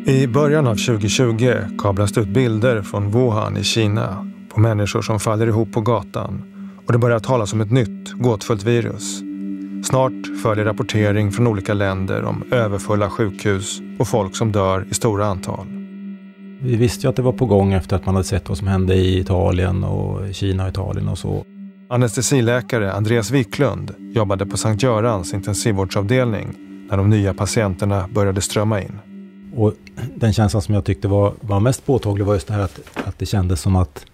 I början av 2020 kablas det ut bilder från Wuhan i Kina på människor som faller ihop på gatan och det börjar talas om ett nytt gåtfullt virus. Snart följer rapportering från olika länder om överfulla sjukhus och folk som dör i stora antal. Vi visste ju att det var på gång efter att man hade sett vad som hände i Italien och Kina och Italien och så. Anestesiläkare Andreas Wiklund jobbade på Sankt Görans intensivvårdsavdelning när de nya patienterna började strömma in. Och den känslan som jag tyckte var mest påtaglig var just det här att det kändes som att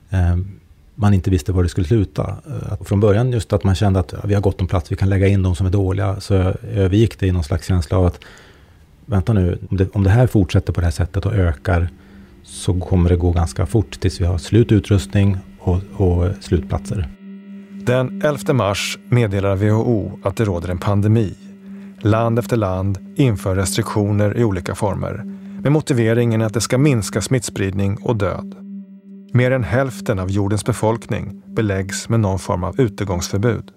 man inte visste var det skulle sluta. Från början just att man kände att vi har gott om plats, vi kan lägga in de som är dåliga. Så övergick det i någon slags känsla av att vänta nu, om det här fortsätter på det här sättet och ökar så kommer det gå ganska fort tills vi har slututrustning och slutplatser. Den 11 mars meddelar WHO att det råder en pandemi. Land efter land inför restriktioner i olika former med motiveringen att det ska minska smittspridning och död. Mer än hälften av jordens befolkning beläggs med någon form av utegångsförbud.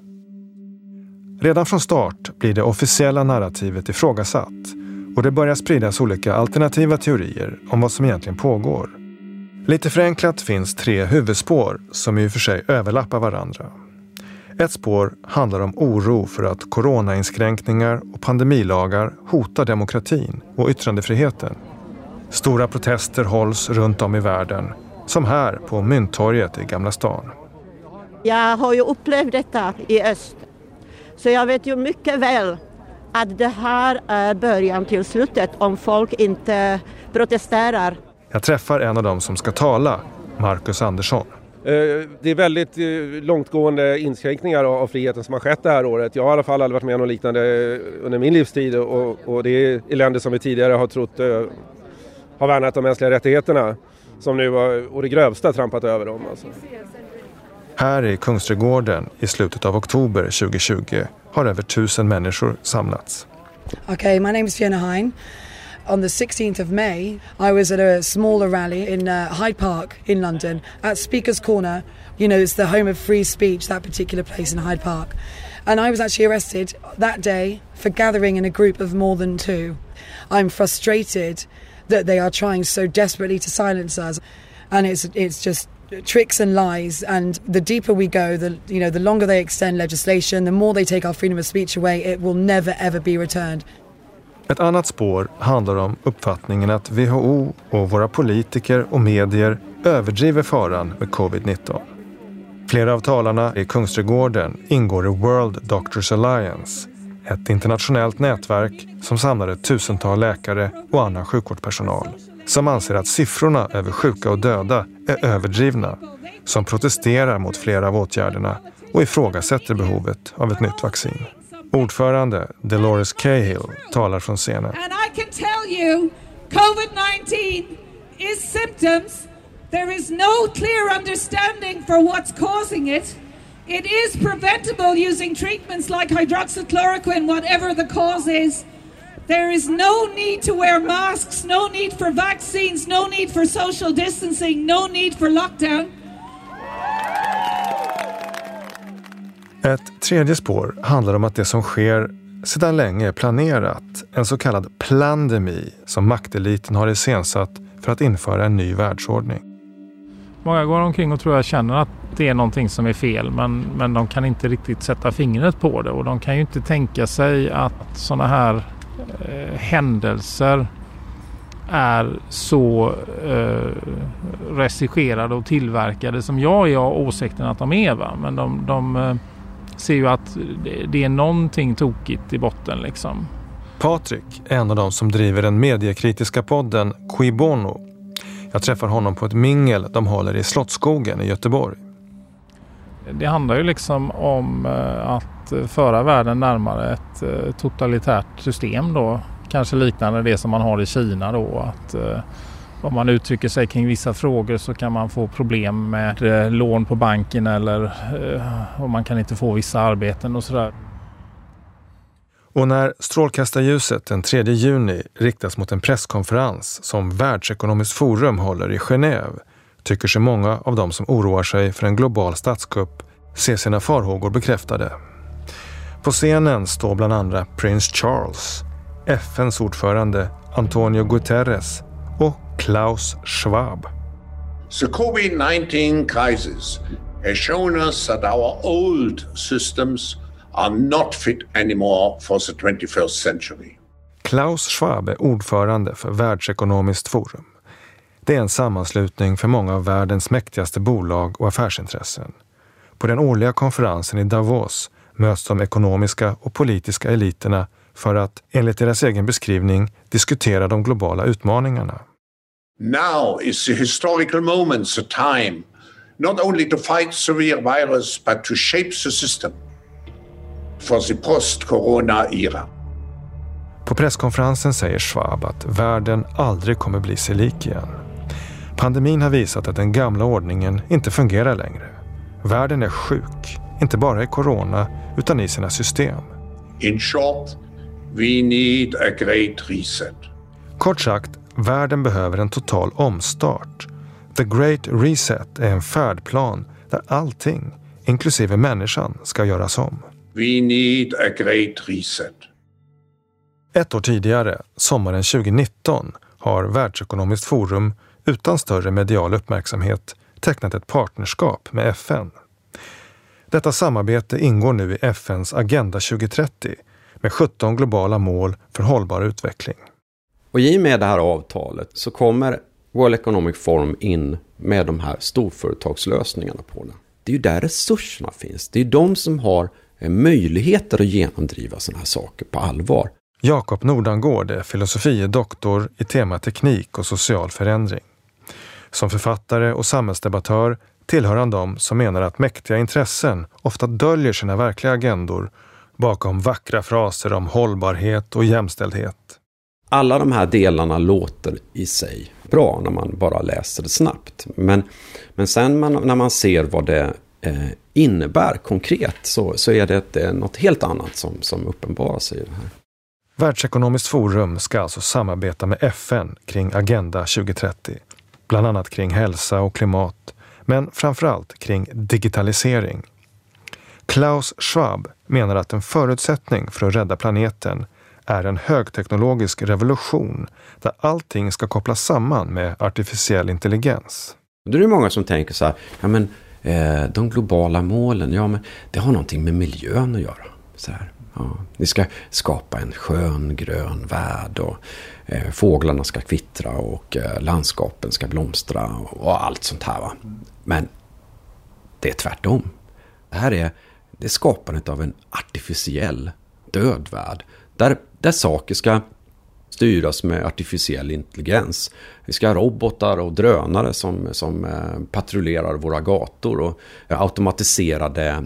Redan från start blir det officiella narrativet ifrågasatt och det börjar spridas olika alternativa teorier om vad som egentligen pågår. Lite förenklat finns 3 huvudspår som i och för sig överlappar varandra. Ett spår handlar om oro för att coronainskränkningar och pandemilagar hotar demokratin och yttrandefriheten. Stora protester hålls runt om i världen, som här på Mynttorget i Gamla stan. Jag har ju upplevt detta i öst, så jag vet ju mycket väl att det här är början till slutet om folk inte protesterar. Jag träffar en av dem som ska tala, Marcus Andersson. Det är väldigt långtgående inskränkningar av friheten som har skett det här året. Jag har i alla fall aldrig varit med om något liknande under min livstid och det är i länder som vi tidigare har trott har värnat de mänskliga rättigheterna som nu har det grövsta trampat över dem. Alltså. Här i Kungsträdgården i slutet av oktober 2020 har över 1000 människor samlats. Okay, my name is Fiona Hine. On the 16th of May, I was at a smaller rally in Hyde Park in London at Speaker's Corner. You know, it's the home of free speech, that particular place in Hyde Park. And I was actually arrested that day for gathering in a group of more than 2. I'm frustrated that they are trying so desperately to silence us. And it's just tricks and lies, and the deeper we go, the longer they extend legislation, the more they take our freedom of speech away. It will never ever be returned. Ett annat spår handlar om uppfattningen att WHO och våra politiker och medier överdriver faran med covid-19. Flera av talarna i Kungsträdgården ingår i World Doctors Alliance, ett internationellt nätverk som samlar ett 1000-tal läkare och annan sjukvårdspersonal, som anser att siffrorna över sjuka och döda är överdrivna, som protesterar mot flera av åtgärderna och ifrågasätter behovet av ett nytt vaccin. Ordförande Dolores Cahill talar från scenen. And I can tell you, COVID-19 is symptoms. There is no clear understanding for what's causing it. It is preventable using treatments like hydroxychloroquine, whatever the cause is. There is no need to wear masks, no need for vaccines, no need for social distancing, no need for lockdown. Ett tredje spår handlar om att det som sker sedan länge är planerat, en så kallad plandemi som makteliten har iscensatt för att införa en ny världsordning. Många går omkring och tror jag känner att det är någonting som är fel, men de kan inte riktigt sätta fingret på det och de kan ju inte tänka sig att sådana här händelser är så regisserade och tillverkade som jag har åsikten att de är. Va? Men de ser ju att det är någonting tokigt i botten liksom. Patrik är en av de som driver den mediekritiska podden Qui Bono. Jag träffar honom på ett mingel de håller i Slottsskogen i Göteborg. Det handlar ju liksom om att föra världen närmare ett totalitärt system då. Kanske liknande det som man har i Kina då. Att om man uttrycker sig kring vissa frågor så kan man få problem med lån på banken eller om man kan inte få vissa arbeten och sådär. Och när strålkastarljuset den 3 juni riktas mot en presskonferens som Världsekonomiskt forum håller i Genève tycker sig många av de som oroar sig för en global statskupp se sina farhågor bekräftade. På scenen står bland andra Prins Charles, FNs ordförande Antonio Guterres och Klaus Schwab. The COVID-19 crisis has shown us that our old systems are not fit anymore for the 21st century. Klaus Schwab är ordförande för Världsekonomiskt forum. Det är en sammanslutning för många av världens mäktigaste bolag och affärsintressen. På den årliga konferensen i Davos möts de ekonomiska och politiska eliterna för att, enligt deras egen beskrivning, diskutera de globala utmaningarna. Now is the historical moment, the time, not only to fight severe virus, but to shape the system for the post-corona era. På presskonferensen säger Schwab att världen aldrig kommer bli sig lik igen. Pandemin har visat att den gamla ordningen inte fungerar längre. Världen är sjuk, inte bara i corona utan i sina system. In short, we need a great reset. Kort sagt, världen behöver en total omstart. The Great Reset är en färdplan där allting, inklusive människan, ska göras om. We need a great reset. Ett år tidigare, sommaren 2019, har Världsekonomiskt forum utan större medial uppmärksamhet tecknat ett partnerskap med FN. Detta samarbete ingår nu i FNs Agenda 2030 med 17 globala mål för hållbar utveckling. Och i och med det här avtalet så kommer World Economic Forum in med de här storföretagslösningarna på det. Det är ju där resurserna finns. Det är de som har möjligheter att genomdriva sådana här saker på allvar. Jakob Nordangård är filosofie-doktor i tema teknik och social förändring. Som författare och samhällsdebattör tillhör han de som menar att mäktiga intressen ofta döljer sina verkliga agendor bakom vackra fraser om hållbarhet och jämställdhet. Alla de här delarna låter i sig bra när man bara läser det snabbt. Men sen när man ser vad det innebär konkret så är det något helt annat som uppenbarar sig i det här. Världsekonomiskt forum ska alltså samarbeta med FN kring Agenda 2030. Bland annat kring hälsa och klimat, men framförallt kring digitalisering. Klaus Schwab menar att en förutsättning för att rädda planeten är en högteknologisk revolution där allting ska kopplas samman med artificiell intelligens. Då är det många som tänker så här, ja men de globala målen, ja men det har någonting med miljön att göra. Så här, ja, vi ska skapa en skön grön värld och fåglarna ska kvittra och landskapen ska blomstra och allt sånt här va. Men det är tvärtom. Det här är skapandet av en artificiell död värld. Där saker ska styras med artificiell intelligens. Vi ska ha robotar och drönare som patrullerar våra gator och automatiserade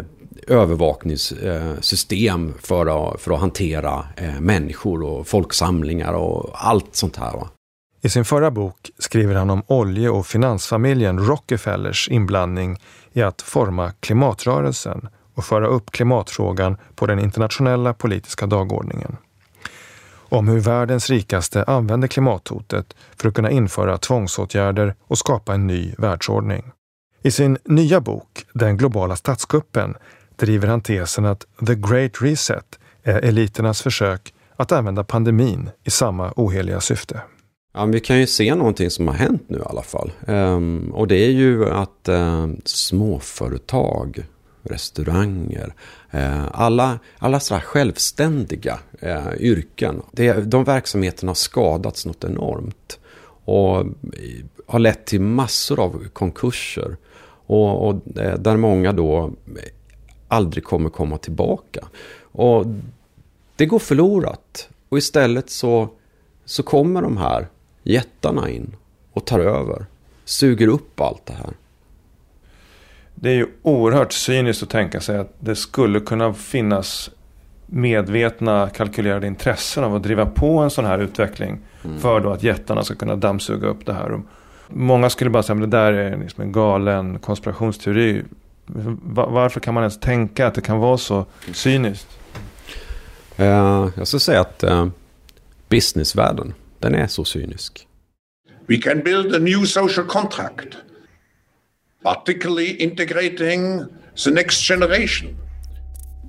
övervakningssystem för att hantera människor och folksamlingar och allt sånt här. Va? I sin förra bok skriver han om olje- och finansfamiljen Rockefellers inblandning i att forma klimatrörelsen och föra upp klimatfrågan på den internationella politiska dagordningen. Om hur världens rikaste använder klimathotet för att kunna införa tvångsåtgärder och skapa en ny världsordning. I sin nya bok, Den globala statskuppen, driver han tesen att The Great Reset är eliternas försök att använda pandemin i samma oheliga syfte. Ja, vi kan ju se någonting som har hänt nu i alla fall. Och det är ju att småföretag, restauranger, alla sådär självständiga yrken. De verksamheterna har skadats något enormt och har lett till massor av konkurser och där många då aldrig kommer komma tillbaka. Och det går förlorat och istället så kommer de här jättarna in och tar över, suger upp allt det här. Det är ju oerhört cyniskt att tänka sig att det skulle kunna finnas medvetna kalkylerade intressen av att driva på en sån här utveckling för då att jättarna ska kunna dammsuga upp det här. Många skulle bara säga att det där är liksom en galen konspirationsteori. Varför kan man ens tänka att det kan vara så cyniskt? Jag ska säga att businessvärlden, den är så cynisk. We can build a new social contract, particularly integrating the next generation.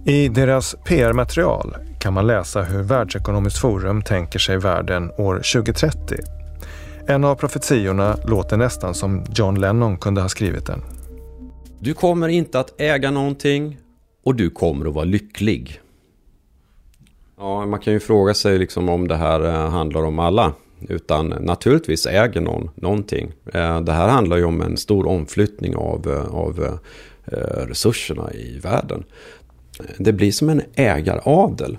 I deras PR-material kan man läsa hur Världsekonomiskt forum tänker sig världen år 2030. En av profetiorna låter nästan som John Lennon kunde ha skrivit den. Du kommer inte att äga någonting och du kommer att vara lycklig. Ja, man kan ju fråga sig liksom om det här handlar om alla. Utan naturligtvis äger någon någonting. Det här handlar ju om en stor omflyttning av resurserna i världen. Det blir som en ägaradel.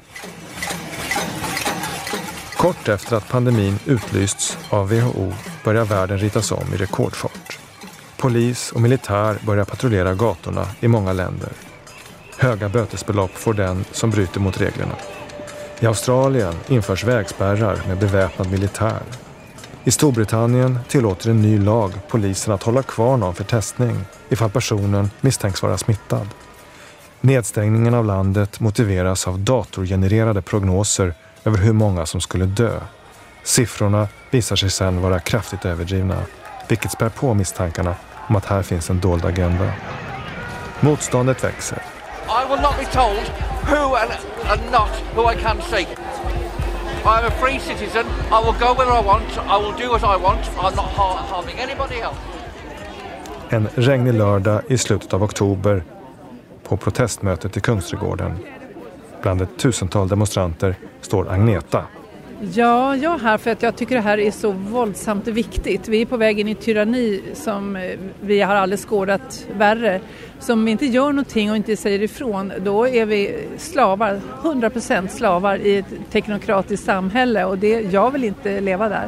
Kort efter att pandemin utlysts av WHO börjar världen ritas om i rekordfart. Polis och militär börjar patrullera gatorna i många länder. Höga bötesbelopp får den som bryter mot reglerna. I Australien införs vägspärrar med beväpnad militär. I Storbritannien tillåter en ny lag polisen att hålla kvar någon för testning ifall personen misstänks vara smittad. Nedstängningen av landet motiveras av datorgenererade prognoser över hur många som skulle dö. Siffrorna visar sig sedan vara kraftigt överdrivna, vilket spär på misstankarna om att här finns en dold agenda. Motståndet växer. I will not be told who and not who I can see. I am a free citizen. I will go where I want. I will do what I want. I'm not harming anybody else. En regnig lördag i slutet av oktober på protestmötet i Kungsträdgården. Bland ett tusental demonstranter står Agneta. Ja, jag är här för att jag tycker det här är så våldsamt viktigt. Vi är på väg in i tyranni som vi har aldrig skådat värre. Så om vi inte gör någonting och inte säger ifrån, då är vi slavar, 100% slavar i ett teknokratiskt samhälle. Och jag vill inte leva där.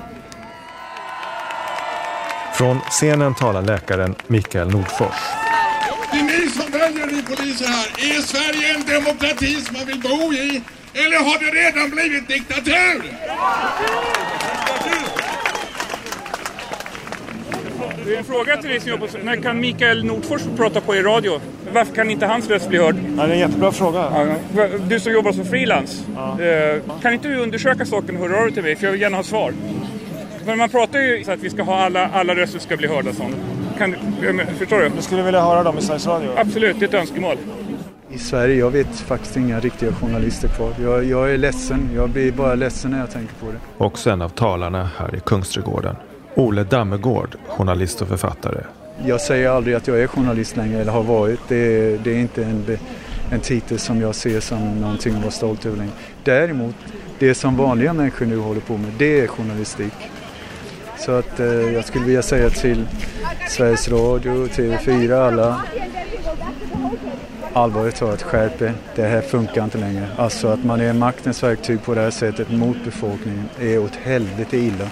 Från scenen talar läkaren Mikael Nordfors. Det är ni som väljer ni poliser här. Är Sverige en demokrati som man vill bo i? Eller har det redan blivit diktatur? Det är en fråga till dig som jobbar. När kan Mikael Nordfors prata på i radio? Varför kan inte hans röst bli hörd? Ja, det är en jättebra fråga. Ja, du som jobbar som frilans. Ja. Kan inte du undersöka saken och höra av dig till mig? För jag vill gärna ha svar. Men man pratar ju så att vi ska ha alla röster ska bli hörda. Förstår du? Du skulle vilja höra dem i Sveriges Radio? Absolut, det är ett önskemål. I Sverige, jag vet faktiskt inga riktiga journalister kvar. Jag är ledsen, jag blir bara ledsen när jag tänker på det. Också en av talarna här i Kungsträdgården. Ole Dammegård, journalist och författare. Jag säger aldrig att jag är journalist längre eller har varit. Det är inte en titel som jag ser som någonting att vara stolt över längre. Däremot, det som vanliga människor nu håller på med, det är journalistik. Så att jag skulle vilja säga till Sveriges Radio, TV4, alla allvarligt talat skärper. Det här funkar inte längre. Alltså att man är maktens verktyg på det här sättet mot befolkningen är åt helvete illa.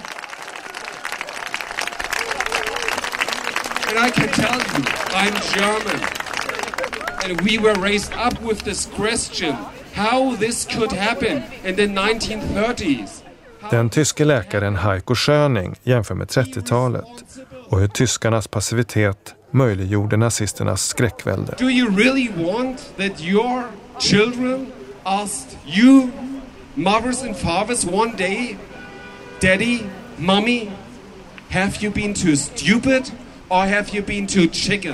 And I can tell you, I'm German. And we were raised up with this question, how this could happen in the 1930s. Den tyske läkaren Heiko Schöning jämför med 30-talet och hur tyskarnas passivitet möjliggjorde nazisternas skräckvälde. Do you really want that your children asked you, mothers and fathers, one day, Daddy, Mommy, have you been too stupid or have you been too chicken?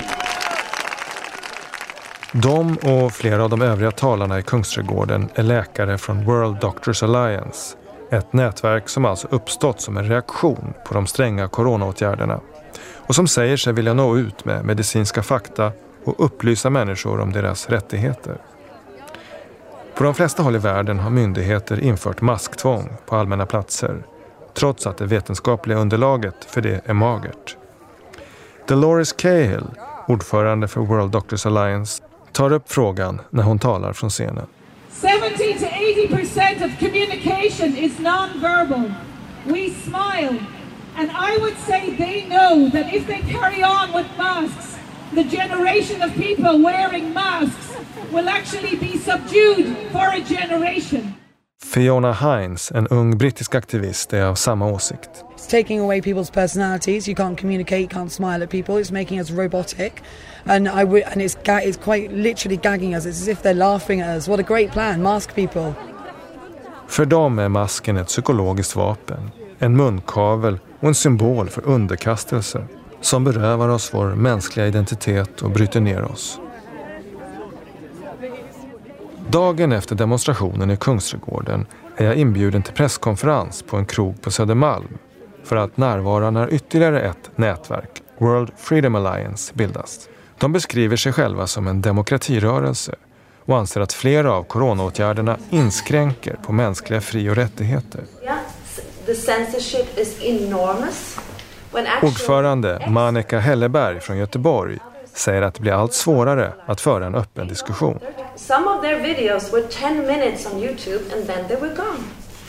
De och flera av de övriga talarna i Kungsträdgården är läkare från World Doctors Alliance. Ett nätverk som alltså uppstått som en reaktion på de stränga coronaåtgärderna och som säger sig vilja nå ut med medicinska fakta och upplysa människor om deras rättigheter. På de flesta håll i världen har myndigheter infört masktvång på allmänna platser, trots att det vetenskapliga underlaget för det är magert. Dolores Cahill, ordförande för World Doctors Alliance, tar upp frågan när hon talar från scenen. 70 to 80% of communication is non-verbal. We smile. And I would say they know that if they carry on with masks, the generation of people wearing masks will actually be subdued for a generation. Fiona Hines, en ung brittisk aktivist, är av samma åsikt. It's taking away people's personalities. You can't communicate, you can't smile at people. It's making us robotic. And it's quite literally gagging us. It's as if they're laughing at us. What a great plan, mask people. För dem är masken ett psykologiskt vapen, en munkavel och en symbol för underkastelse som berövar oss vår mänskliga identitet och bryter ner oss. Dagen efter demonstrationen i Kungsträdgården är jag inbjuden till presskonferens på en krog på Södermalm för att närvara när ytterligare ett nätverk, World Freedom Alliance, bildas. De beskriver sig själva som en demokratirörelse och anser att flera av coronaåtgärderna inskränker på mänskliga fri- och rättigheter. The censorship is enormous. Ordförande Manika Helleberg från Göteborg säger att det blir allt svårare att föra en öppen diskussion. Some of their videos were 10 minutes on YouTube and then they were gone.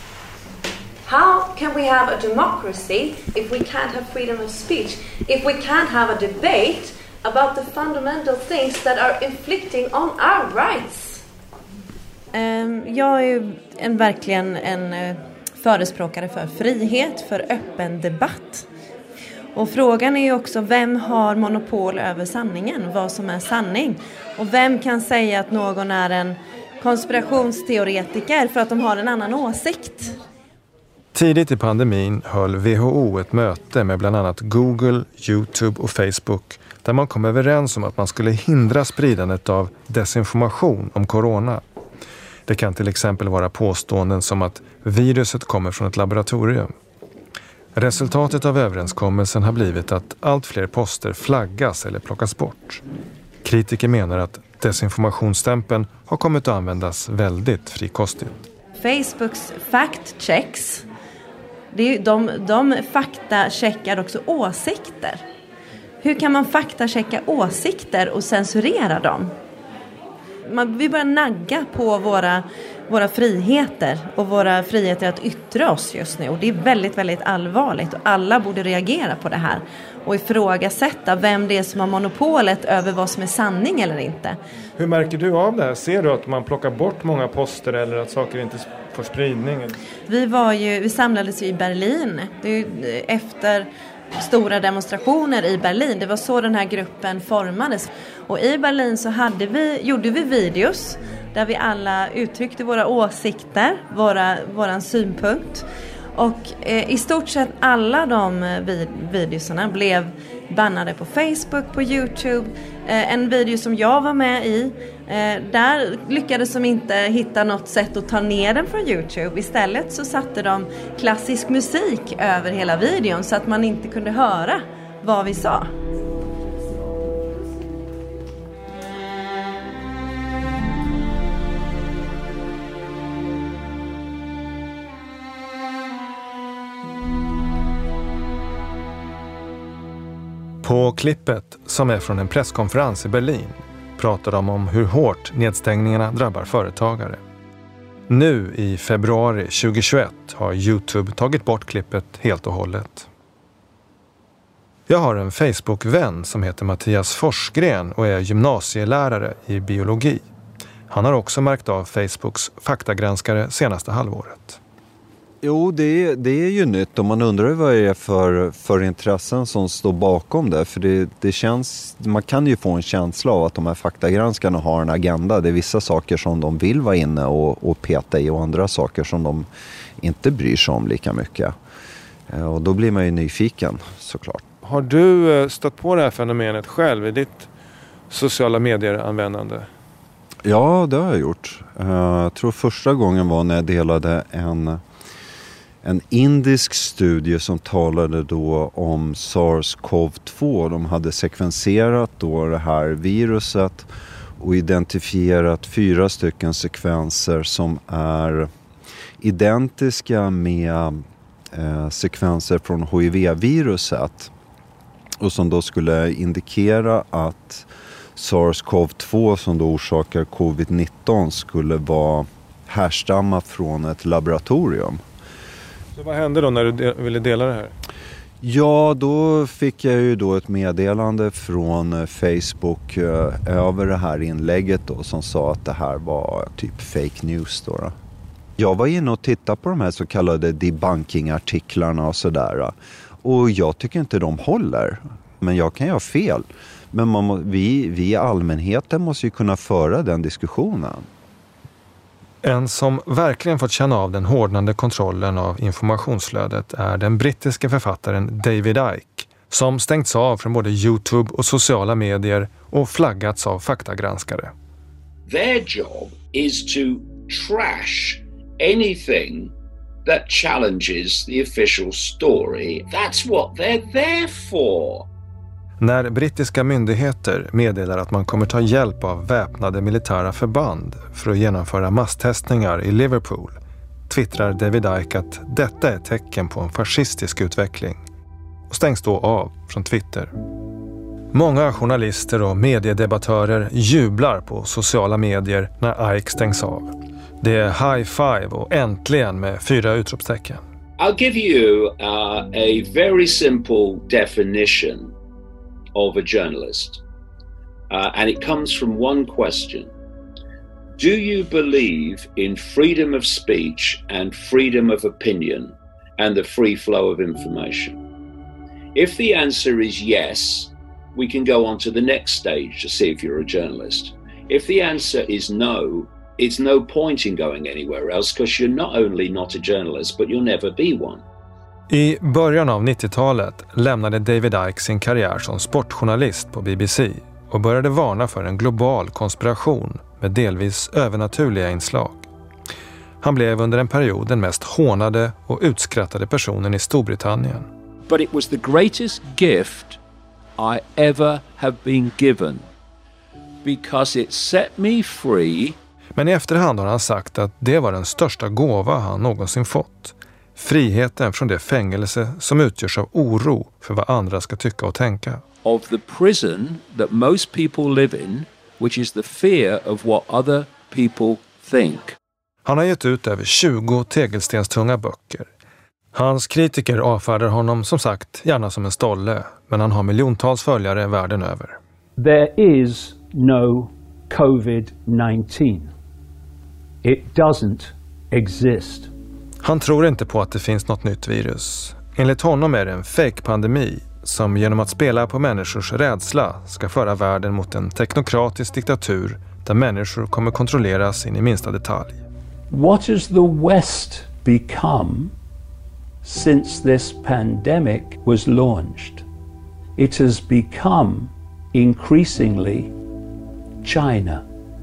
How can we have a democracy if we can't have freedom of speech? If we can't have a debate about the fundamental things that are inflicting on our rights? Jag är ju verkligen en förespråkare för frihet, för öppen debatt. Och frågan är ju också, vem har monopol över sanningen? Vad som är sanning? Och vem kan säga att någon är en konspirationsteoretiker för att de har en annan åsikt? Tidigt i pandemin höll WHO ett möte med bland annat Google, YouTube och Facebook där man kom överens om att man skulle hindra spridandet av desinformation om corona. Det kan till exempel vara påståenden som att viruset kommer från ett laboratorium. Resultatet av överenskommelsen har blivit att allt fler poster flaggas eller plockas bort. Kritiker menar att desinformationsstämpeln har kommit att användas väldigt frikostigt. Facebooks fact checks, de faktacheckar också åsikter. Hur kan man faktachecka åsikter och censurera dem? Vi börjar nagga på våra friheter och våra friheter att yttra oss just nu. Och det är väldigt, väldigt allvarligt och alla borde reagera på det här och ifrågasätta vem det är som har monopolet över vad som är sanning eller inte. Hur märker du av det här? Ser du att man plockar bort många poster eller att saker inte får spridning? Vi samlades i Berlin. Det är efter stora demonstrationer i Berlin. Det var så den här gruppen formades. Och i Berlin så gjorde vi videos där vi alla uttryckte våra åsikter, våran synpunkt. Och i stort sett alla de videorna blev bannade på Facebook, på YouTube. En video som jag var med i, där lyckades de inte hitta något sätt att ta ner den från YouTube. Istället så satte de klassisk musik över hela videon så att man inte kunde höra vad vi sa. På klippet, som är från en presskonferens i Berlin, pratar de om hur hårt nedstängningarna drabbar företagare. Nu i februari 2021 har YouTube tagit bort klippet helt och hållet. Jag har en Facebook-vän som heter Mattias Forsgren och är gymnasielärare i biologi. Han har också märkt av Facebooks faktagranskare senaste halvåret. Jo, det är ju nytt och man undrar vad det är för intressen som står bakom det. För det känns, man kan ju få en känsla av att de här faktagranskarna har en agenda. Det är vissa saker som de vill vara inne och peta i och andra saker som de inte bryr sig om lika mycket. Och då blir man ju nyfiken såklart. Har du stött på det här fenomenet själv i ditt sociala medier-användande? Ja, det har jag gjort. Jag tror första gången var när jag delade en indisk studie som talade då om SARS-CoV-2. De hade sekvenserat då det här viruset och identifierat 4 stycken sekvenser som är identiska med sekvenser från HIV-viruset och som då skulle indikera att SARS-CoV-2 som då orsakar covid-19 skulle vara härstamma från ett laboratorium. Så vad hände då när du ville dela det här? Ja, då fick jag ju då ett meddelande från Facebook över det här inlägget då, som sa att det här var typ fake news då. Jag var inne och tittade på de här så kallade debunking-artiklarna och sådär. Och jag tycker inte de håller. Men jag kan ju ha fel. Men vi i allmänheten måste ju kunna föra den diskussionen. En som verkligen fått känna av den hårdnande kontrollen av informationsflödet är den brittiska författaren David Icke, som stängts av från både YouTube och sociala medier och flaggats av faktagranskare. Their job is to trash anything that challenges the official story. That's what they're there for. När brittiska myndigheter meddelar att man kommer ta hjälp av väpnade militära förband för att genomföra masstestningar i Liverpool, twittrar David Icke att detta är ett tecken på en fascistisk utveckling och stängs då av från Twitter. Många journalister och mediedebattörer jublar på sociala medier när Icke stängs av. Det är high five och äntligen med 4 utropstecken. I'll give you a very simple definition of a journalist. And it comes from one question. Do you believe in freedom of speech and freedom of opinion and the free flow of information? If the answer is yes, we can go on to the next stage to see if you're a journalist. If the answer is no, it's no point in going anywhere else because you're not only not a journalist but you'll never be one. I början av 90-talet lämnade David Icke sin karriär som sportjournalist på BBC och började varna för en global konspiration med delvis övernaturliga inslag. Han blev under en period den mest hånade och utskrattade personen i Storbritannien. But it was the greatest gift I ever have been given because it set me free. Men i efterhand har han sagt att det var den största gåva han någonsin fått. Friheten från det fängelse som utgörs av oro för vad andra ska tycka och tänka. Of the prison that most people live in, which is the fear of what other people think. Han har gett ut över 20 tegelstenstunga böcker. Hans kritiker avfärdar honom som sagt gärna som en stolle, men han har miljontals följare världen över. There is no COVID-19. It doesn't exist. Han tror inte på att det finns något nytt virus. Enligt honom är det en fake-pandemi som genom att spela på människors rädsla ska föra världen mot en teknokratisk diktatur där människor kommer kontrolleras in i minsta detalj. What has the West become since this pandemic was launched? It has become increasingly China.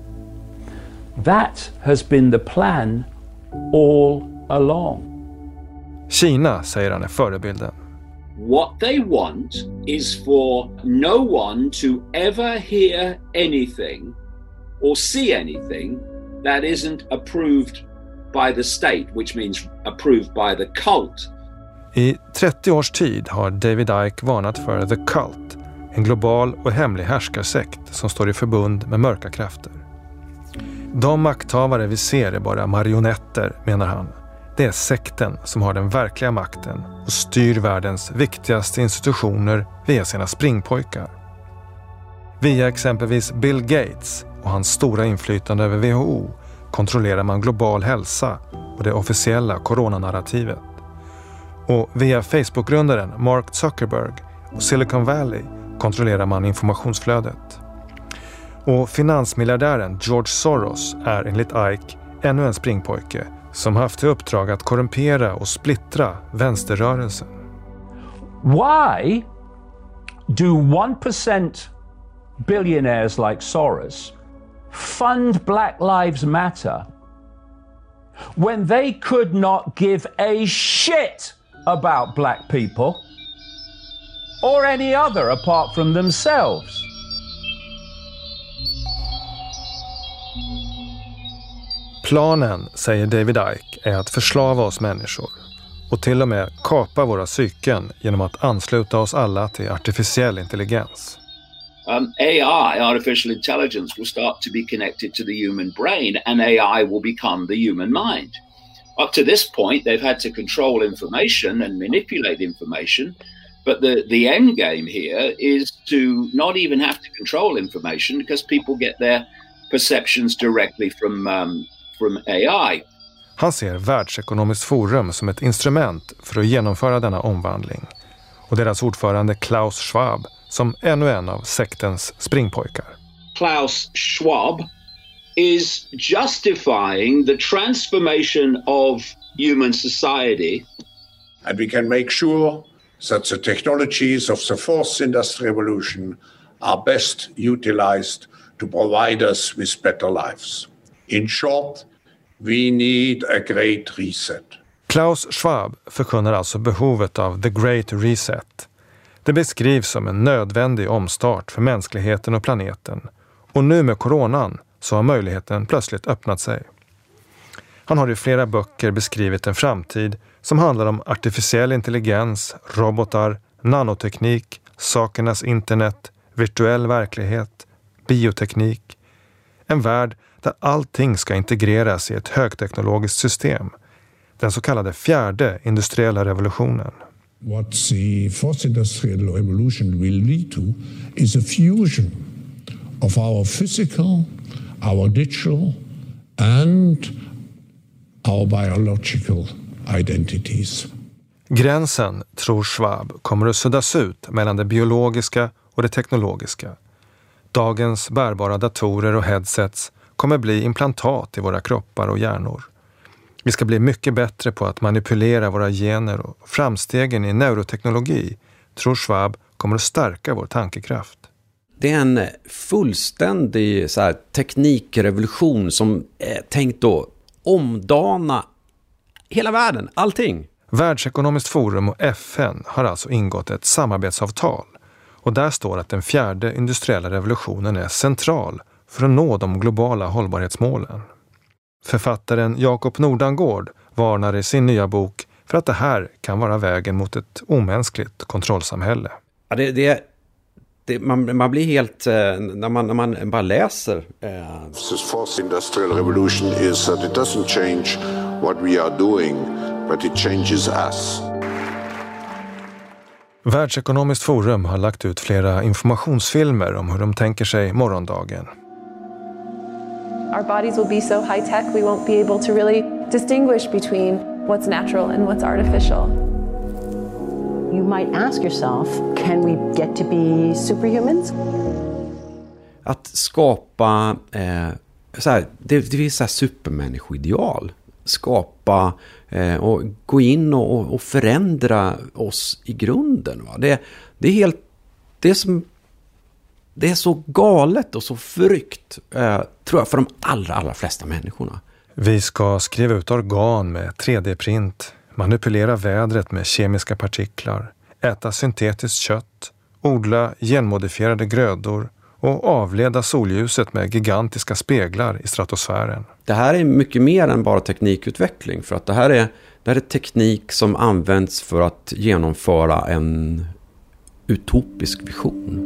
That has been the plan all along. Kina, säger han, är förebilden. What they want is for no one to ever hear anything or see anything that isn't approved by the state, which means approved by the cult. I 30 års tid har David Icke varnat för The Cult, en global och hemlig härskarsekt som står i förbund med mörka krafter. De makthavare vi ser är bara marionetter, menar han. Det är sekten som har den verkliga makten och styr världens viktigaste institutioner via sina springpojkar. Via exempelvis Bill Gates och hans stora inflytande över WHO kontrollerar man global hälsa och det officiella coronanarrativet. Och via Facebook-grundaren Mark Zuckerberg och Silicon Valley kontrollerar man informationsflödet. Och finansmiljardären George Soros är enligt Icke ännu en springpojke som haft till uppdrag att korrumpera och splittra vänsterrörelsen. Why do 1% billionaires like Soros fund Black Lives Matter when they could not give a shit about black people or any other apart from themselves? Planen, säger David Icke, är att förslava oss människor och till och med kapa våra psyken genom att ansluta oss alla till artificiell intelligens. AI, artificial intelligence, will start to be connected to the human brain and AI will become the human mind. Up to this point, they've had to control information and manipulate information, but the end game here is to not even have to control information because people get their perceptions directly from AI. Han ser Världsekonomiskt forum som ett instrument för att genomföra denna omvandling och deras ordförande Klaus Schwab som ännu en av sektens springpojkar. Klaus Schwab is justifying the transformation of human society. And we can make sure that the technologies of the fourth industrial revolution are best utilized to provide us with better lives. In short, we need a great reset. Klaus Schwab förkunnar alltså behovet av the great reset. Det beskrivs som en nödvändig omstart för mänskligheten och planeten. Och nu med coronan så har möjligheten plötsligt öppnat sig. Han har i flera böcker beskrivit en framtid som handlar om artificiell intelligens, robotar, nanoteknik, sakernas internet, virtuell verklighet, bioteknik. En värld där allting ska integreras i ett högteknologiskt system. Den så kallade fjärde industriella revolutionen. What the fourth industrial revolution will lead to is a fusion of our physical, our digital and our biological identities. Gränsen, tror Schwab, kommer att suddas ut mellan det biologiska och det teknologiska. Dagens bärbara datorer och headsets kommer bli implantat i våra kroppar och hjärnor. Vi ska bli mycket bättre på att manipulera våra gener och framstegen i neuroteknologi, tror Schwab, kommer att stärka vår tankekraft. Det är en fullständig så här, teknikrevolution som är tänkt att omdana hela världen, allting. Världsekonomiskt forum och FN har alltså ingått ett samarbetsavtal. Och där står att den fjärde industriella revolutionen är central för att nå de globala hållbarhetsmålen. Författaren Jakob Nordangård varnar i sin nya bok för att det här kan vara vägen mot ett omänskligt kontrollsamhälle. Ja, man blir helt, när man bara läser. This fourth industrial revolution is that it doesn't change what we are doing, but it changes us. Världsekonomiskt forum har lagt ut flera informationsfilmer om hur de tänker sig morgondagen. Our bodies will be so high tech we won't be able to really distinguish between what's natural and what's artificial. You might ask yourself, can we get to be superhumans? Att skapa, det finns så här supermänniskoideal. Skapa och gå in och förändra oss i grunden. Va? Det är helt, det är så galet och så förryckt, tror jag, för de allra flesta människorna. Vi ska skriva ut organ med 3D-print, manipulera vädret med kemiska partiklar, äta syntetiskt kött, odla genmodifierade grödor och avleda solljuset med gigantiska speglar i stratosfären. Det här är mycket mer än bara teknikutveckling, för att det här är teknik som används för att genomföra en utopisk vision.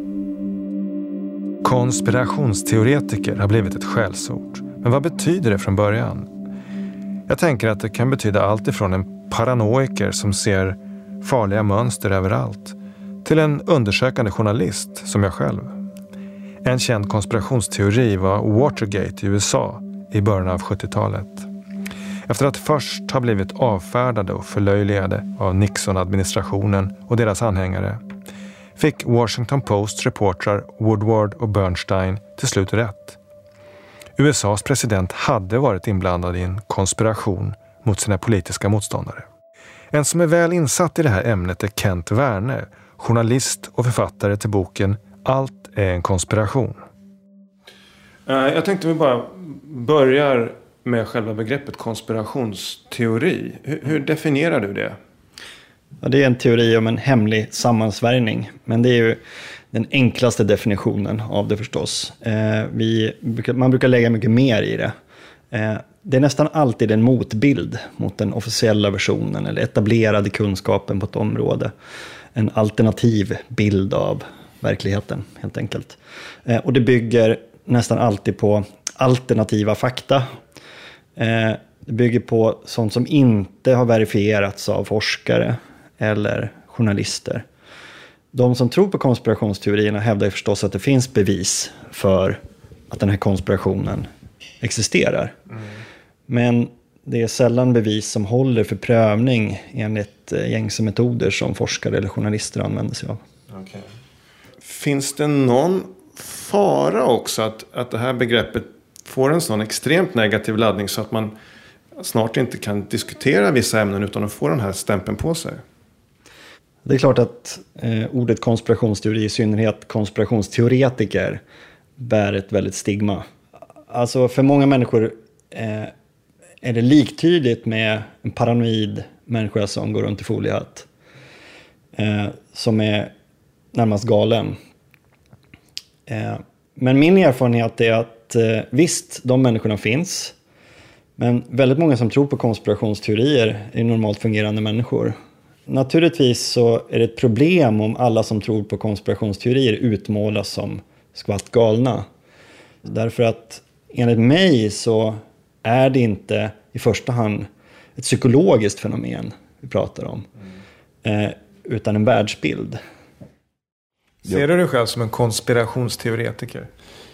Konspirationsteoretiker har blivit ett skällsord. Men vad betyder det från början? Jag tänker att det kan betyda allt ifrån en paranoiker som ser farliga mönster överallt till en undersökande journalist som jag själv. En känd konspirationsteori var Watergate i USA i början av 70-talet. Efter att först ha blivit avfärdade och förlöjligade av Nixon-administrationen och deras anhängare fick Washington Post reportrar Woodward och Bernstein till slut rätt. USAs president hade varit inblandad i en konspiration mot sina politiska motståndare. En som är väl insatt i det här ämnet är Kent Werne, journalist och författare till boken Allt är en konspiration. Jag tänkte vi bara börjar med själva begreppet konspirationsteori. Hur definierar du det? Ja, det är en teori om en hemlig sammansvärjning, men det är ju den enklaste definitionen av det förstås. Man brukar lägga mycket mer i det. Det är nästan alltid en motbild mot den officiella versionen eller etablerade kunskapen på ett område. En alternativ bild av verkligheten helt enkelt. Och det bygger nästan alltid på alternativa fakta. Det bygger på sånt som inte har verifierats av forskare eller journalister. De som tror på konspirationsteorierna hävdar förstås att det finns bevis för att den här konspirationen existerar. Men det är sällan bevis som håller för prövning enligt gängse metoder som forskare eller journalister använder sig av. Okay. Finns det någon fara också att det här begreppet får en sån extremt negativ laddning så att man snart inte kan diskutera vissa ämnen utan att få den här stämpeln på sig? Det är klart att ordet konspirationsteori, i synnerhet konspirationsteoretiker, bär ett väldigt stigma. Alltså för många människor är det liktydigt med en paranoid människa som går runt i foliehatt. Som är närmast galen. Men min erfarenhet är att visst, de människorna finns. Men väldigt många som tror på konspirationsteorier är normalt fungerande människor. Naturligtvis så är det ett problem om alla som tror på konspirationsteorier utmålas som skvatt galna. Därför att enligt mig så är det inte i första hand ett psykologiskt fenomen vi pratar om. Utan en världsbild. Ser du dig själv som en konspirationsteoretiker?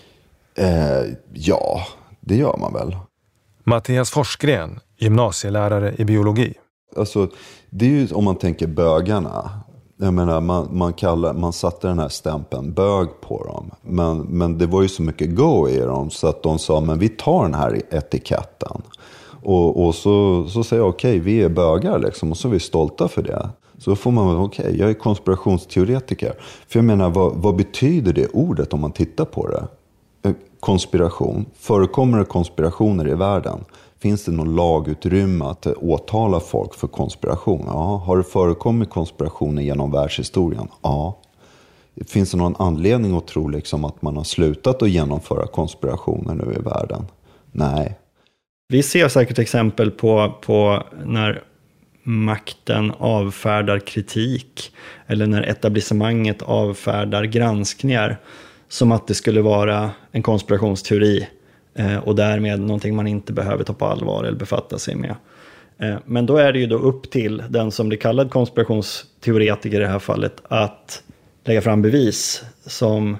Ja, det gör man väl. Mattias Forsgren, gymnasielärare i biologi. Alltså, det är ju om man tänker bögarna. Jag menar, man satte den här stämpeln bög på dem. Men det var ju så mycket go i dem så att de sa, men vi tar den här etiketten. Och så säger jag, okej, vi är bögar liksom, och så är vi stolta för det. Så får man, okej, jag är konspirationsteoretiker. För jag menar, vad betyder det ordet om man tittar på det? Konspiration. Förekommer det konspirationer i världen? Finns det någon lagutrymme att åtala folk för konspiration? Ja. Har det förekommit konspirationer genom världshistorien? Ja. Finns det någon anledning att tro liksom att man har slutat att genomföra konspirationer nu i världen? Nej. Vi ser säkert exempel på när makten avfärdar kritik eller när etablissemanget avfärdar granskningar som att det skulle vara en konspirationsteori och därmed någonting man inte behöver ta på allvar eller befatta sig med. Men då är det ju då upp till den som blir kallad konspirationsteoretiker i det här fallet att lägga fram bevis som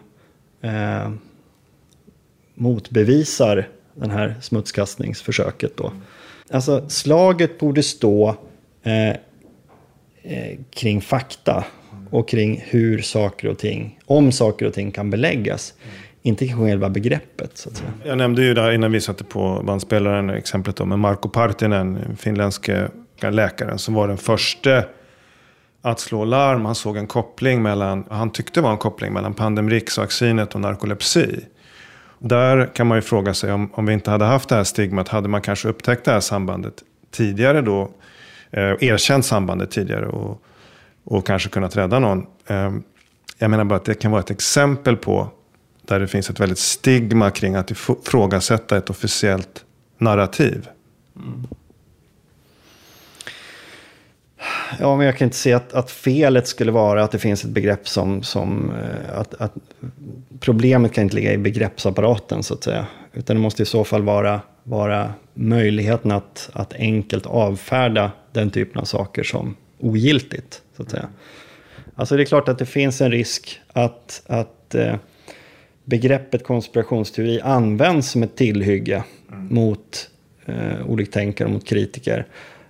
motbevisar den här smutskastningsförsöket då. Alltså slaget borde stå kring fakta och kring hur om saker och ting kan beläggas. Inte kring själva begreppet så att säga. Jag nämnde ju där innan vi satte på bandspelaren exemplet då med Marko Partinen, finländske läkaren som var den första att slå larm. Han såg en koppling han tyckte var en koppling mellan Pandemrix-vaccinet och narkolepsi. Där kan man ju fråga sig om vi inte hade haft det här stigmat, hade man kanske upptäckt det här sambandet tidigare då, erkänt sambandet tidigare och kanske kunnat rädda någon. Jag menar bara att det kan vara ett exempel på där det finns ett väldigt stigma kring att ifrågasätta ett officiellt narrativ. Ja, men jag kan inte se att felet skulle vara att det finns ett begrepp som att problemet kan inte ligga i begreppsapparaten så att säga. Utan det måste i så fall vara möjligheten att enkelt avfärda den typen av saker som ogiltigt så att säga. Alltså det är klart att det finns en risk att begreppet konspirationsteori används som ett tillhygge mot oliktänkare och mot kritiker.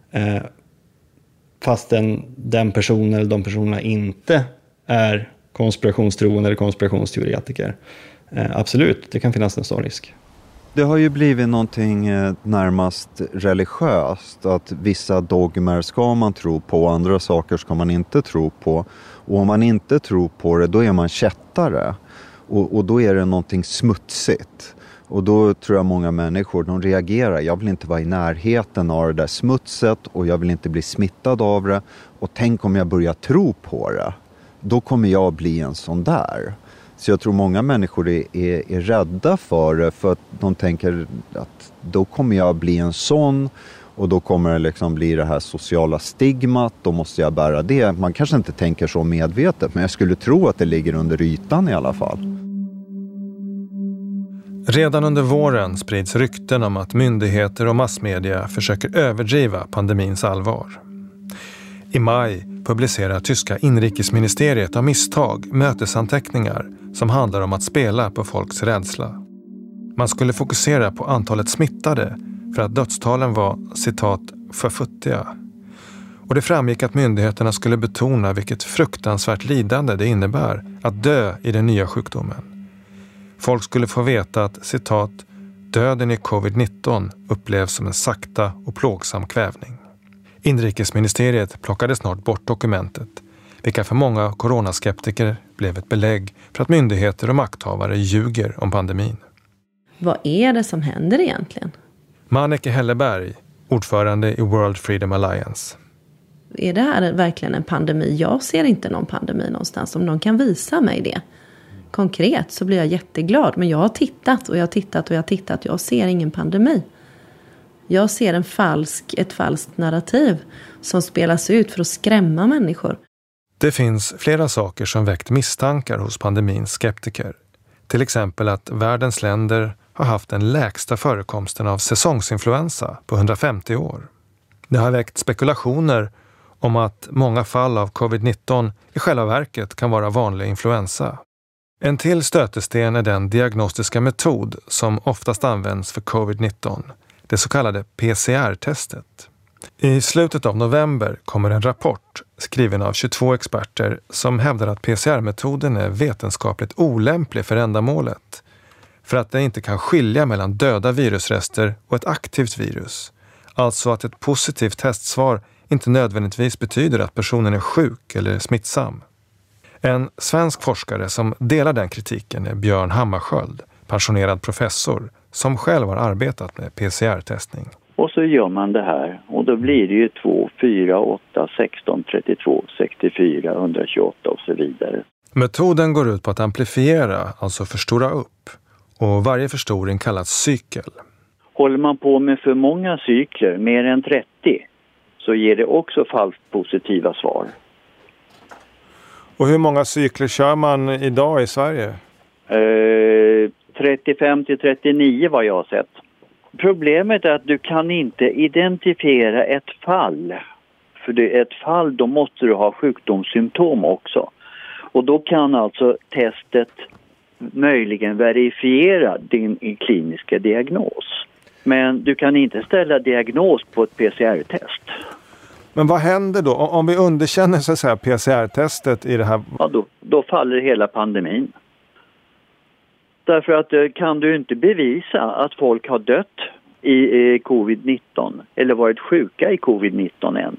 Fast den personen eller de personerna inte är konspirationstroende eller konspirationsteoretiker. Absolut, det kan finnas en sån risk. Det har ju blivit någonting närmast religiöst. Att vissa dogmer ska man tro på och andra saker ska man inte tro på. Och om man inte tror på det, då är man kättare. Och då är det någonting smutsigt. Och då tror jag många människor, de reagerar. Jag vill inte vara i närheten av det där smutset och jag vill inte bli smittad av det. Och tänk om jag börjar tro på det. Då kommer jag bli en sån där. Så jag tror många människor är rädda för det. För att de tänker att då kommer jag bli en sån. Och då kommer det liksom bli det här sociala stigmat. Då måste jag bära det. Man kanske inte tänker så medvetet. Men jag skulle tro att det ligger under ytan i alla fall. Redan under våren sprids rykten om att myndigheter och massmedia försöker överdriva pandemins allvar. I maj publicerar tyska inrikesministeriet av misstag mötesanteckningar som handlar om att spela på folks rädsla. Man skulle fokusera på antalet smittade för att dödstalen var, citat, för futtiga. Och det framgick att myndigheterna skulle betona vilket fruktansvärt lidande det innebär att dö i den nya sjukdomen. Folk skulle få veta att, citat, döden i covid-19 upplevs som en sakta och plågsam kvävning. Inrikesministeriet plockade snart bort dokumentet, vilka för många coronaskeptiker blev ett belägg för att myndigheter och makthavare ljuger om pandemin. Vad är det som händer egentligen? Manneke Helleberg, ordförande i World Freedom Alliance. Är det här verkligen en pandemi? Jag ser inte någon pandemi någonstans. Om någon kan visa mig det konkret så blir jag jätteglad. Men jag har tittat och jag har tittat och jag har tittat. Jag ser ingen pandemi. Jag ser ett falskt narrativ som spelas ut för att skrämma människor. Det finns flera saker som väckt misstankar hos pandemins skeptiker. Till exempel att världens länder har haft den lägsta förekomsten av säsongsinfluensa på 150 år. Det har väckt spekulationer om att många fall av covid-19 i själva verket kan vara vanlig influensa. En till stötesten är den diagnostiska metod som oftast används för covid-19, det så kallade PCR-testet. I slutet av november kommer en rapport skriven av 22 experter som hävdar att PCR-metoden är vetenskapligt olämplig för ändamålet, för att den inte kan skilja mellan döda virusrester och ett aktivt virus. Alltså att ett positivt testsvar inte nödvändigtvis betyder att personen är sjuk eller smittsam. En svensk forskare som delar den kritiken är Björn Hammarskjöld, pensionerad professor som själv har arbetat med PCR-testning. Och så gör man det här och då blir det ju 2, 4, 8, 16, 32, 64, 128 och så vidare. Metoden går ut på att amplifiera, alltså förstora upp, och varje förstoring kallas cykel. Håller man på med för många cykler, mer än 30, så ger det också falskt positiva svar. Och hur många cykler kör man idag i Sverige? 35 till 39 vad jag har sett. Problemet är att du kan inte identifiera ett fall. För det är ett fall, då måste du ha sjukdomssymptom också. Och då kan alltså testet möjligen verifiera din kliniska diagnos. Men du kan inte ställa diagnos på ett PCR-test. Men vad händer då om vi underkänner så att säga PCR-testet i det här? Ja, då faller hela pandemin. Därför att kan du inte bevisa att folk har dött i covid-19 eller varit sjuka i covid-19 ens,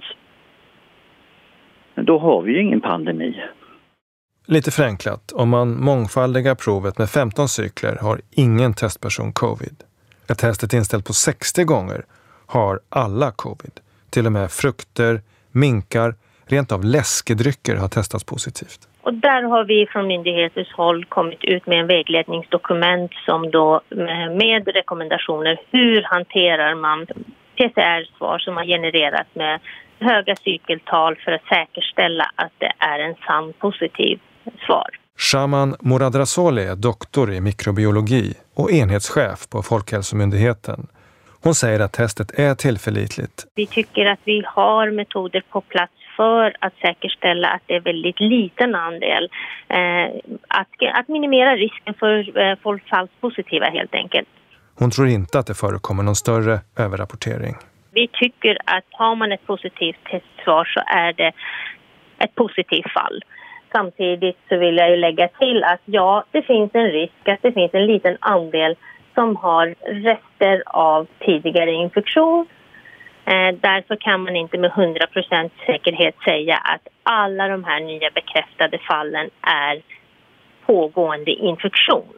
då har vi ju ingen pandemi. Lite förenklat, om man mångfaldigar provet med 15 cykler har ingen testperson covid. Är testet inställt på 60 gånger har alla covid. Till och med frukter, minkar, rent av läskedrycker har testats positivt. Och där har vi från myndighetens håll kommit ut med en vägledningsdokument som då med rekommendationer hur hanterar man PCR-svar som har genererat med höga cykeltal för att säkerställa att det är en sann positiv svar. Shaman Moradrasoli är doktor i mikrobiologi och enhetschef på Folkhälsomyndigheten. Hon säger att testet är tillförlitligt. Vi tycker att vi har metoder på plats för att säkerställa att det är väldigt liten andel. Att minimera risken för falskt positiva helt enkelt. Hon tror inte att det förekommer någon större överrapportering. Vi tycker att har man ett positivt testsvar så är det ett positivt fall. Samtidigt så vill jag ju lägga till att ja, det finns en risk att det finns en liten andel som har rester av tidigare infektion. Därför kan man inte med 100% säkerhet säga att alla de här nya bekräftade fallen är pågående infektion.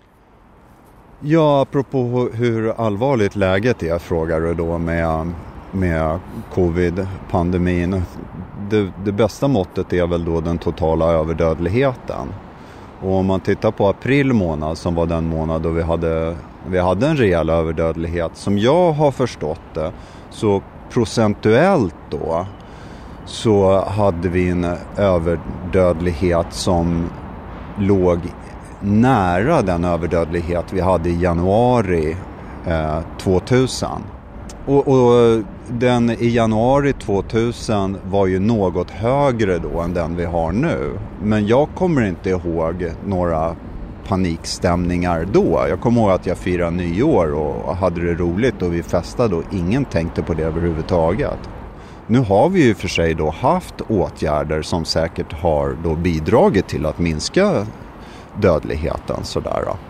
Ja, apropå hur allvarligt läget är frågar du då med covid-pandemin. Det bästa måttet är väl då den totala överdödligheten. Och om man tittar på april månad som var den månad då vi hade en rejäl överdödlighet. Som jag har förstått det så procentuellt då så hade vi en överdödlighet som låg nära den överdödlighet vi hade i januari 2000. Och den i januari 2000 var ju något högre då än den vi har nu. Men jag kommer inte ihåg några panikstämningar då. Jag kommer ihåg att jag firade nyår och hade det roligt och vi festade och ingen tänkte på det överhuvudtaget. Nu har vi ju för sig då haft åtgärder som säkert har då bidragit till att minska dödligheten sådär då.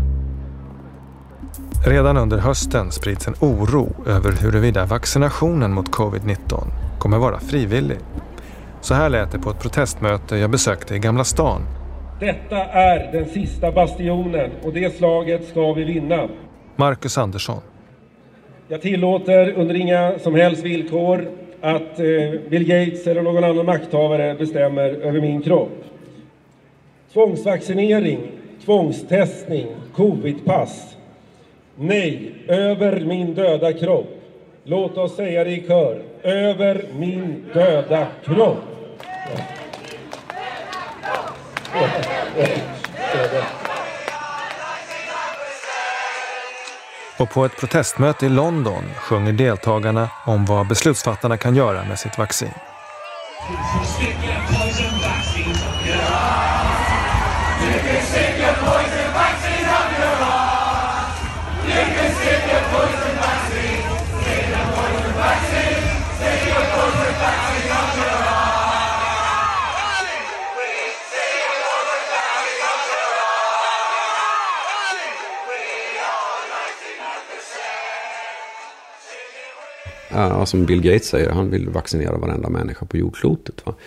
Redan under hösten sprids en oro över huruvida vaccinationen mot covid-19 kommer vara frivillig. Så här lät det på ett protestmöte jag besökte i Gamla stan. Detta är den sista bastionen och det slaget ska vi vinna. Marcus Andersson. Jag tillåter under inga som helst villkor att Bill Gates eller någon annan makthavare bestämmer över min kropp. Tvångsvaccinering, tvångstestning, covidpass. Nej, över min döda kropp. Låt oss säga det i kör. Över min döda kropp. Och på ett protestmöte i London sjunger deltagarna om vad beslutsfattarna kan göra med sitt vaccin. Ja, som Bill Gates säger, han vill vaccinera varenda människa på jordklotet. Va?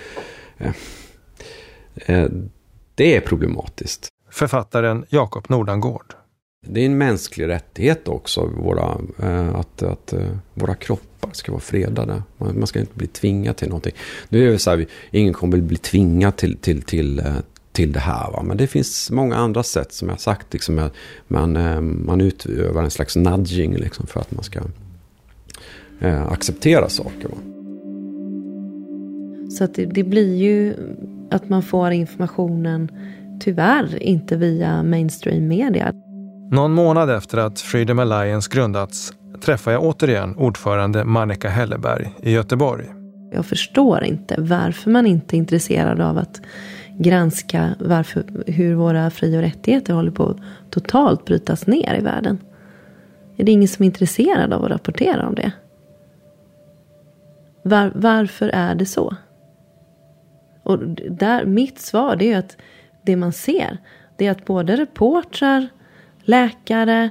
Det är problematiskt. Författaren Jakob Nordangård. Det är en mänsklig rättighet också att våra kroppar ska vara fredade. Man ska inte bli tvingad till någonting. Nu är det så här, ingen kommer bli tvingad till det här. Va? Men det finns många andra sätt som jag har sagt. Liksom, man utövar en slags nudging liksom, för att man ska acceptera saker. Va? Så att det blir ju att man får informationen tyvärr inte via mainstream media. Någon månad efter att Freedom Alliance grundats träffar jag återigen ordförande Monica Helleberg i Göteborg. Jag förstår inte varför man inte är intresserad av att granska hur våra fri- och rättigheter håller på att totalt brytas ner i världen. Är det ingen som är intresserad av att rapportera om det? Varför är det så? Och mitt svar det är att det man ser det är att både reportrar, läkare,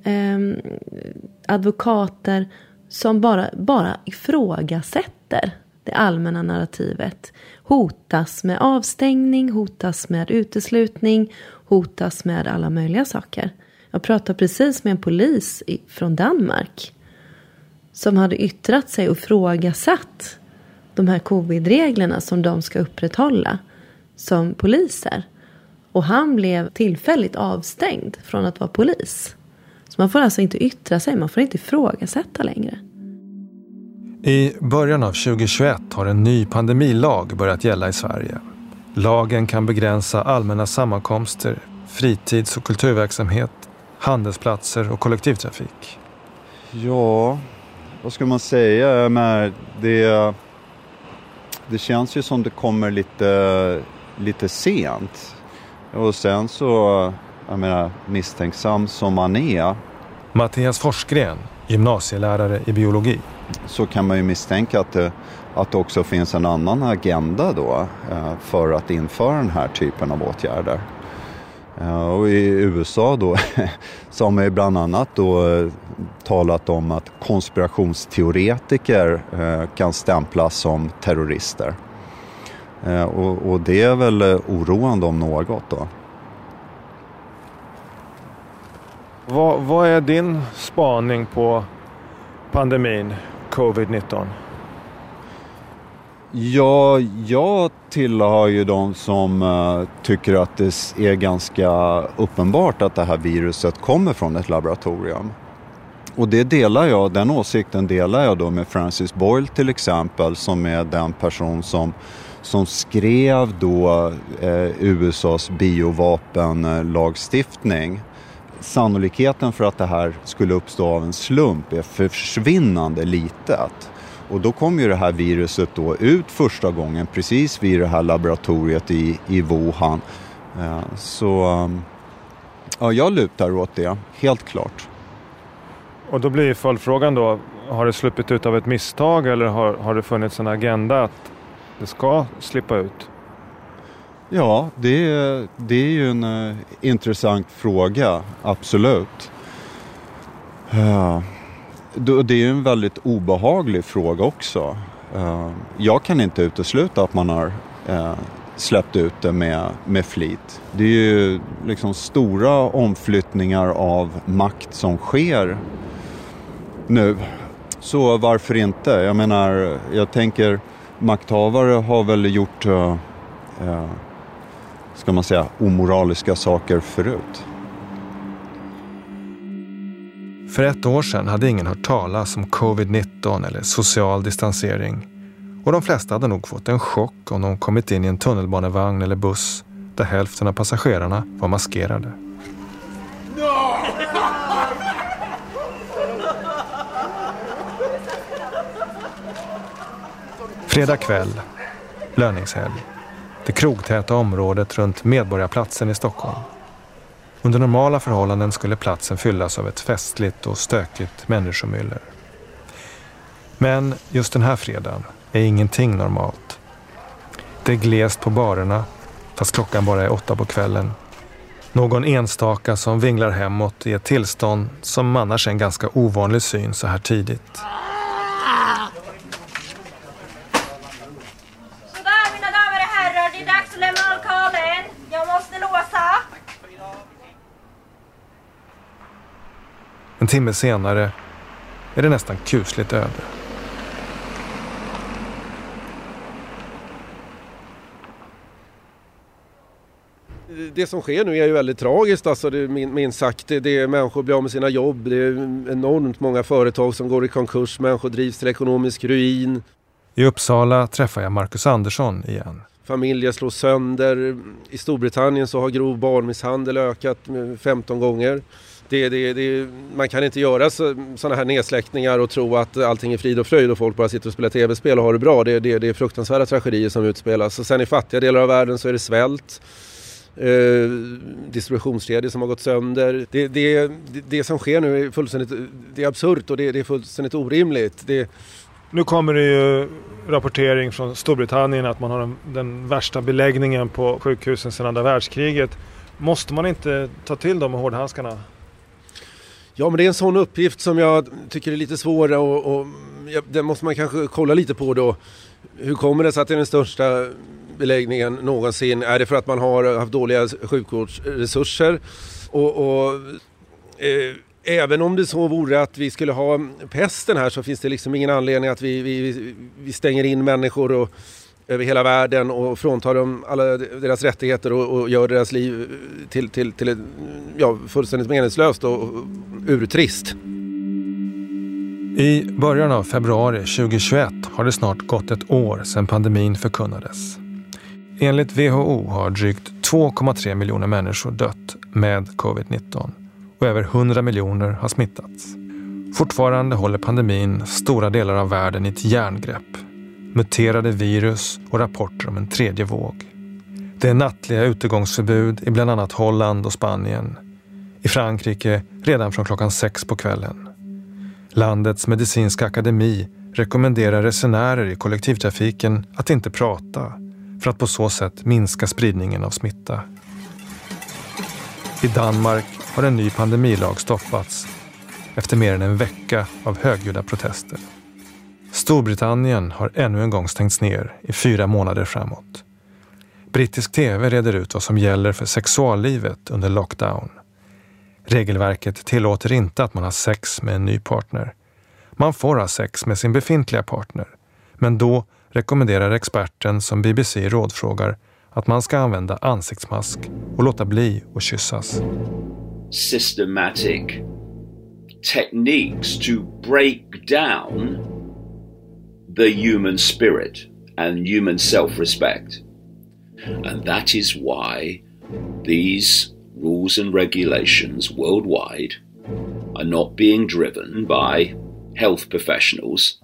advokater som bara ifrågasätter det allmänna narrativet hotas med avstängning, hotas med uteslutning, hotas med alla möjliga saker. Jag pratade precis med en polis från Danmark som hade yttrat sig och frågasatt de här covid-reglerna som de ska upprätthålla som poliser. Och han blev tillfälligt avstängd från att vara polis. Så man får alltså inte yttra sig, man får inte ifrågasätta längre. I början av 2021 har en ny pandemilag börjat gälla i Sverige. Lagen kan begränsa allmänna sammankomster, fritids- och kulturverksamhet, handelsplatser och kollektivtrafik. Ja, vad ska man säga? Men det känns ju som det kommer lite sent. Och sen så, jag menar, misstänksam som man är. Mattias Forsgren, gymnasielärare i biologi. Så kan man ju misstänka att det också finns en annan agenda då för att införa den här typen av åtgärder. Och i USA då så har man ju bland annat då talat om att konspirationsteoretiker kan stämplas som terrorister. Och det är väl oroande om något då. Vad är din spaning på pandemin, covid-19? Ja, jag tillhör ju de som tycker att det är ganska uppenbart att det här viruset kommer från ett laboratorium. Och den åsikten delar jag då med Francis Boyle till exempel, som är den person som skrev då USAs biovapenlagstiftning. Sannolikheten för att det här skulle uppstå av en slump är försvinnande litet. Och då kom ju det här viruset då ut första gången precis vid det här laboratoriet i Wuhan. Så jag lutar åt det, helt klart. Och då blir följdfrågan då, har det sluppit ut av ett misstag eller har det funnits en agenda att det ska slippa ut? Ja, det är ju en intressant fråga, absolut. Det är ju en väldigt obehaglig fråga också. Jag kan inte utesluta att man har släppt ut det med flit. Det är ju liksom stora omflyttningar av makt som sker nu. Så varför inte? Jag menar, jag tänker makthavare har väl gjort, ska man säga, omoraliska saker förut. För 1 år sedan hade ingen hört talas om covid-19 eller social distansering. Och de flesta hade nog fått en chock om de kommit in i en tunnelbanevagn eller buss där hälften av passagerarna var maskerade. Fredag kväll, löningshelg. Det krogtäta området runt Medborgarplatsen i Stockholm. Under normala förhållanden skulle platsen fyllas av ett festligt och stökigt människomyller. Men just den här fredagen är ingenting normalt. Det är glest på barerna, fast klockan bara är 8 på kvällen. Någon enstaka som vinglar hemåt i ett tillstånd som annars är en ganska ovanlig syn så här tidigt. Sådär mina damer och herrar, det är dags att lämna lokalen. Jag måste låsa. En timme senare är det nästan kusligt öde. Det som sker nu är ju väldigt tragiskt, alltså det minst sagt. Det är människor blir av med sina jobb, det är enormt många företag som går i konkurs, människor drivs till ekonomisk ruin. I Uppsala träffar jag Marcus Andersson igen. Familjer slås sönder. I Storbritannien så har grov barnmisshandel ökat 15 gånger. Man kan inte göra sådana här nedsläckningar och tro att allting är frid och fröjd och folk bara sitter och spelar tv-spel och har det bra. Det är fruktansvärda tragedier som utspelas. Och sen i fattiga delar av världen så är det svält. Distributionskedjor som har gått sönder. Det som sker nu är fullständigt, det är absurt och det är fullständigt orimligt. Nu kommer det ju rapportering från Storbritannien att man har den värsta beläggningen på sjukhusen sedan andra världskriget. Måste man inte ta till dem med hårdhandskarna? Ja, men det är en sån uppgift som jag tycker är lite svår och det måste man kanske kolla lite på då. Hur kommer det sig att det är den största beläggningen någonsin? Är det för att man har haft dåliga sjukvårdsresurser? Även om det så vore att vi skulle ha pesten här så finns det liksom ingen anledning att vi stänger in människor över hela världen och fråntar dem alla deras rättigheter och gör deras liv till fullständigt meningslöst och urtrist. I början av februari 2021 har det snart gått 1 år sedan pandemin förkunnades. Enligt WHO har drygt 2,3 miljoner människor dött med covid-19 och över 100 miljoner har smittats. Fortfarande håller pandemin stora delar av världen i ett järngrepp. Muterade virus och rapporter om en 3:e våg. Det är nattliga utegångsförbud i bland annat Holland och Spanien. I Frankrike redan från klockan 6 på kvällen. Landets medicinska akademi rekommenderar resenärer i kollektivtrafiken att inte prata för att på så sätt minska spridningen av smitta. I Danmark har en ny pandemilag stoppats efter mer än en vecka av högljudda protester. Storbritannien har ännu en gång stängts ner i 4 månader framåt. Brittisk tv reder ut vad som gäller för sexuallivet under lockdown. Regelverket tillåter inte att man har sex med en ny partner. Man får ha sex med sin befintliga partner. Men då rekommenderar experten som BBC rådfrågar att man ska använda ansiktsmask och låta bli att kyssas. Systematic techniques to break down the human spirit and human self-respect. And that is why these rules and regulations worldwide are not being driven by health professionals,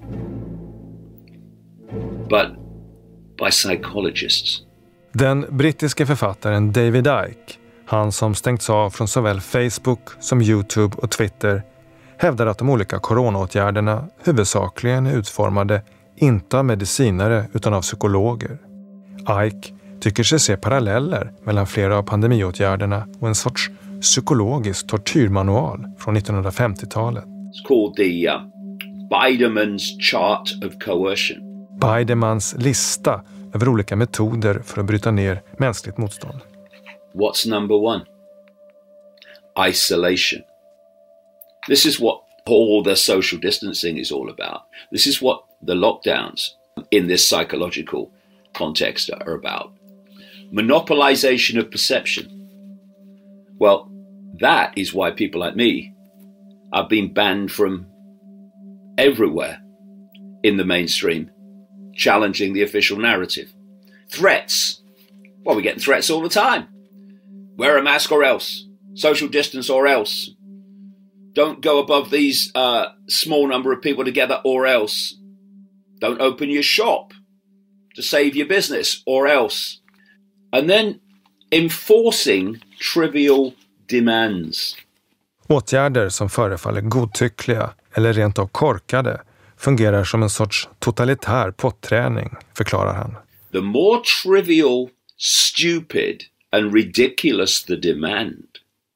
but by psychologists. Den brittiska författaren David Icke, han som stängts av från såväl Facebook som YouTube och Twitter, hävdar att de olika coronaåtgärderna huvudsakligen är utformade inte av medicinare utan av psykologer. Icke tycker sig se paralleller mellan flera av pandemiåtgärderna och en sorts psykologisk tortyrmanual från 1950-talet. It's called the Biderman's chart of coercion. Bidermans lista över olika metoder för att bryta ner mänskligt motstånd. What's number one? Isolation. This is what all the social distancing is all about. This is what the lockdowns in this psychological context are about. Monopolization of perception. Well, that is why people like me have been banned from everywhere in the mainstream, challenging the official narrative. Threats. Well, we're getting threats all the time. Wear a mask or else. Social distance or else. Don't go above these small number of people together or else. Don't open your shop to save your business or else. And then enforcing trivial demands. Åtgärder som förefaller godtyckliga eller rent av korkade fungerar som en sorts totalitär potträning, förklarar han. The more trivial, stupid and ridiculous the demand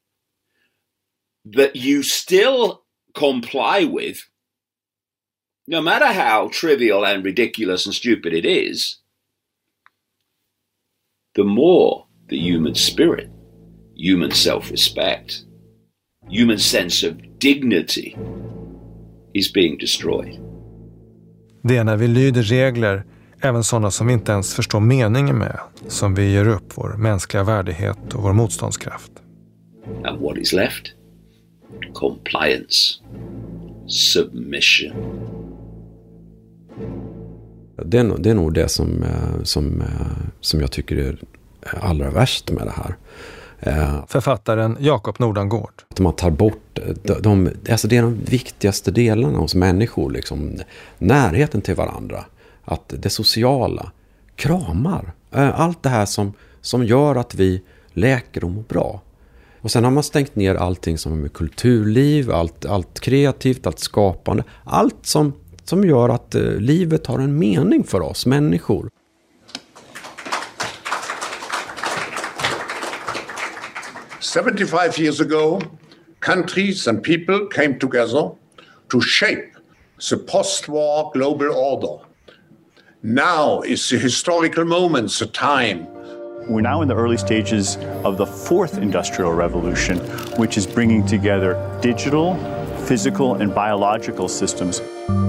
that you still comply with, no matter how trivial and ridiculous and stupid it is, the more the human spirit, human self-respect, human sense of dignity is being destroyed. Det är när vi lyder regler, även sådana som vi inte ens förstår meningen med, som vi ger upp vår mänskliga värdighet och vår motståndskraft. And what is left? Compliance. Submission. Det är nog det som jag tycker är allra värst med det här. Författaren Jakob Nordangård. Att man tar bort alltså det är de viktigaste delarna hos människor, liksom närheten till varandra, att det sociala, kramar, allt det här som gör att vi läker och mår bra. Och sen har man stängt ner allting som är med kulturliv, allt kreativt, allt skapande, allt som gör att livet har en mening för oss människor. "75 years ago, countries and people came together to shape the post-war global order. Now is the historical moment, the time. We're now in the early stages of the fourth industrial revolution, which is bringing together digital, physical and biological systems.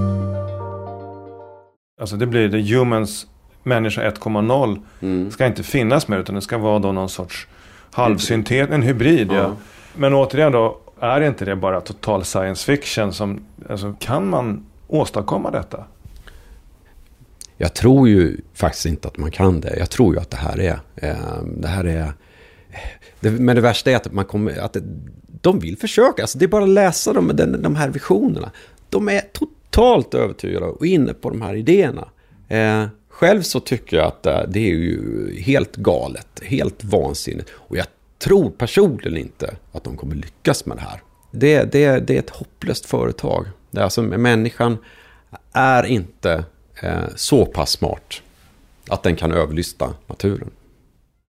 Alltså det blir the humans, människa 1,0 ska inte finnas mer, utan det ska vara då någon sorts halvsyntet, en hybrid. Ja. Men återigen då, är inte det bara total science fiction som, alltså, kan man åstadkomma detta? Jag tror ju faktiskt inte att man kan det. Jag tror ju att det här är men det värsta är att de vill försöka. Alltså det är bara att läsa de här visionerna. De är totalt övertygade och inne på de här idéerna. Själv så tycker jag att det är ju helt galet, helt vansinnigt. Och jag tror personligen inte att de kommer lyckas med det här. Det är ett hopplöst företag. Det är alltså, människan är inte så pass smart att den kan överlysta naturen.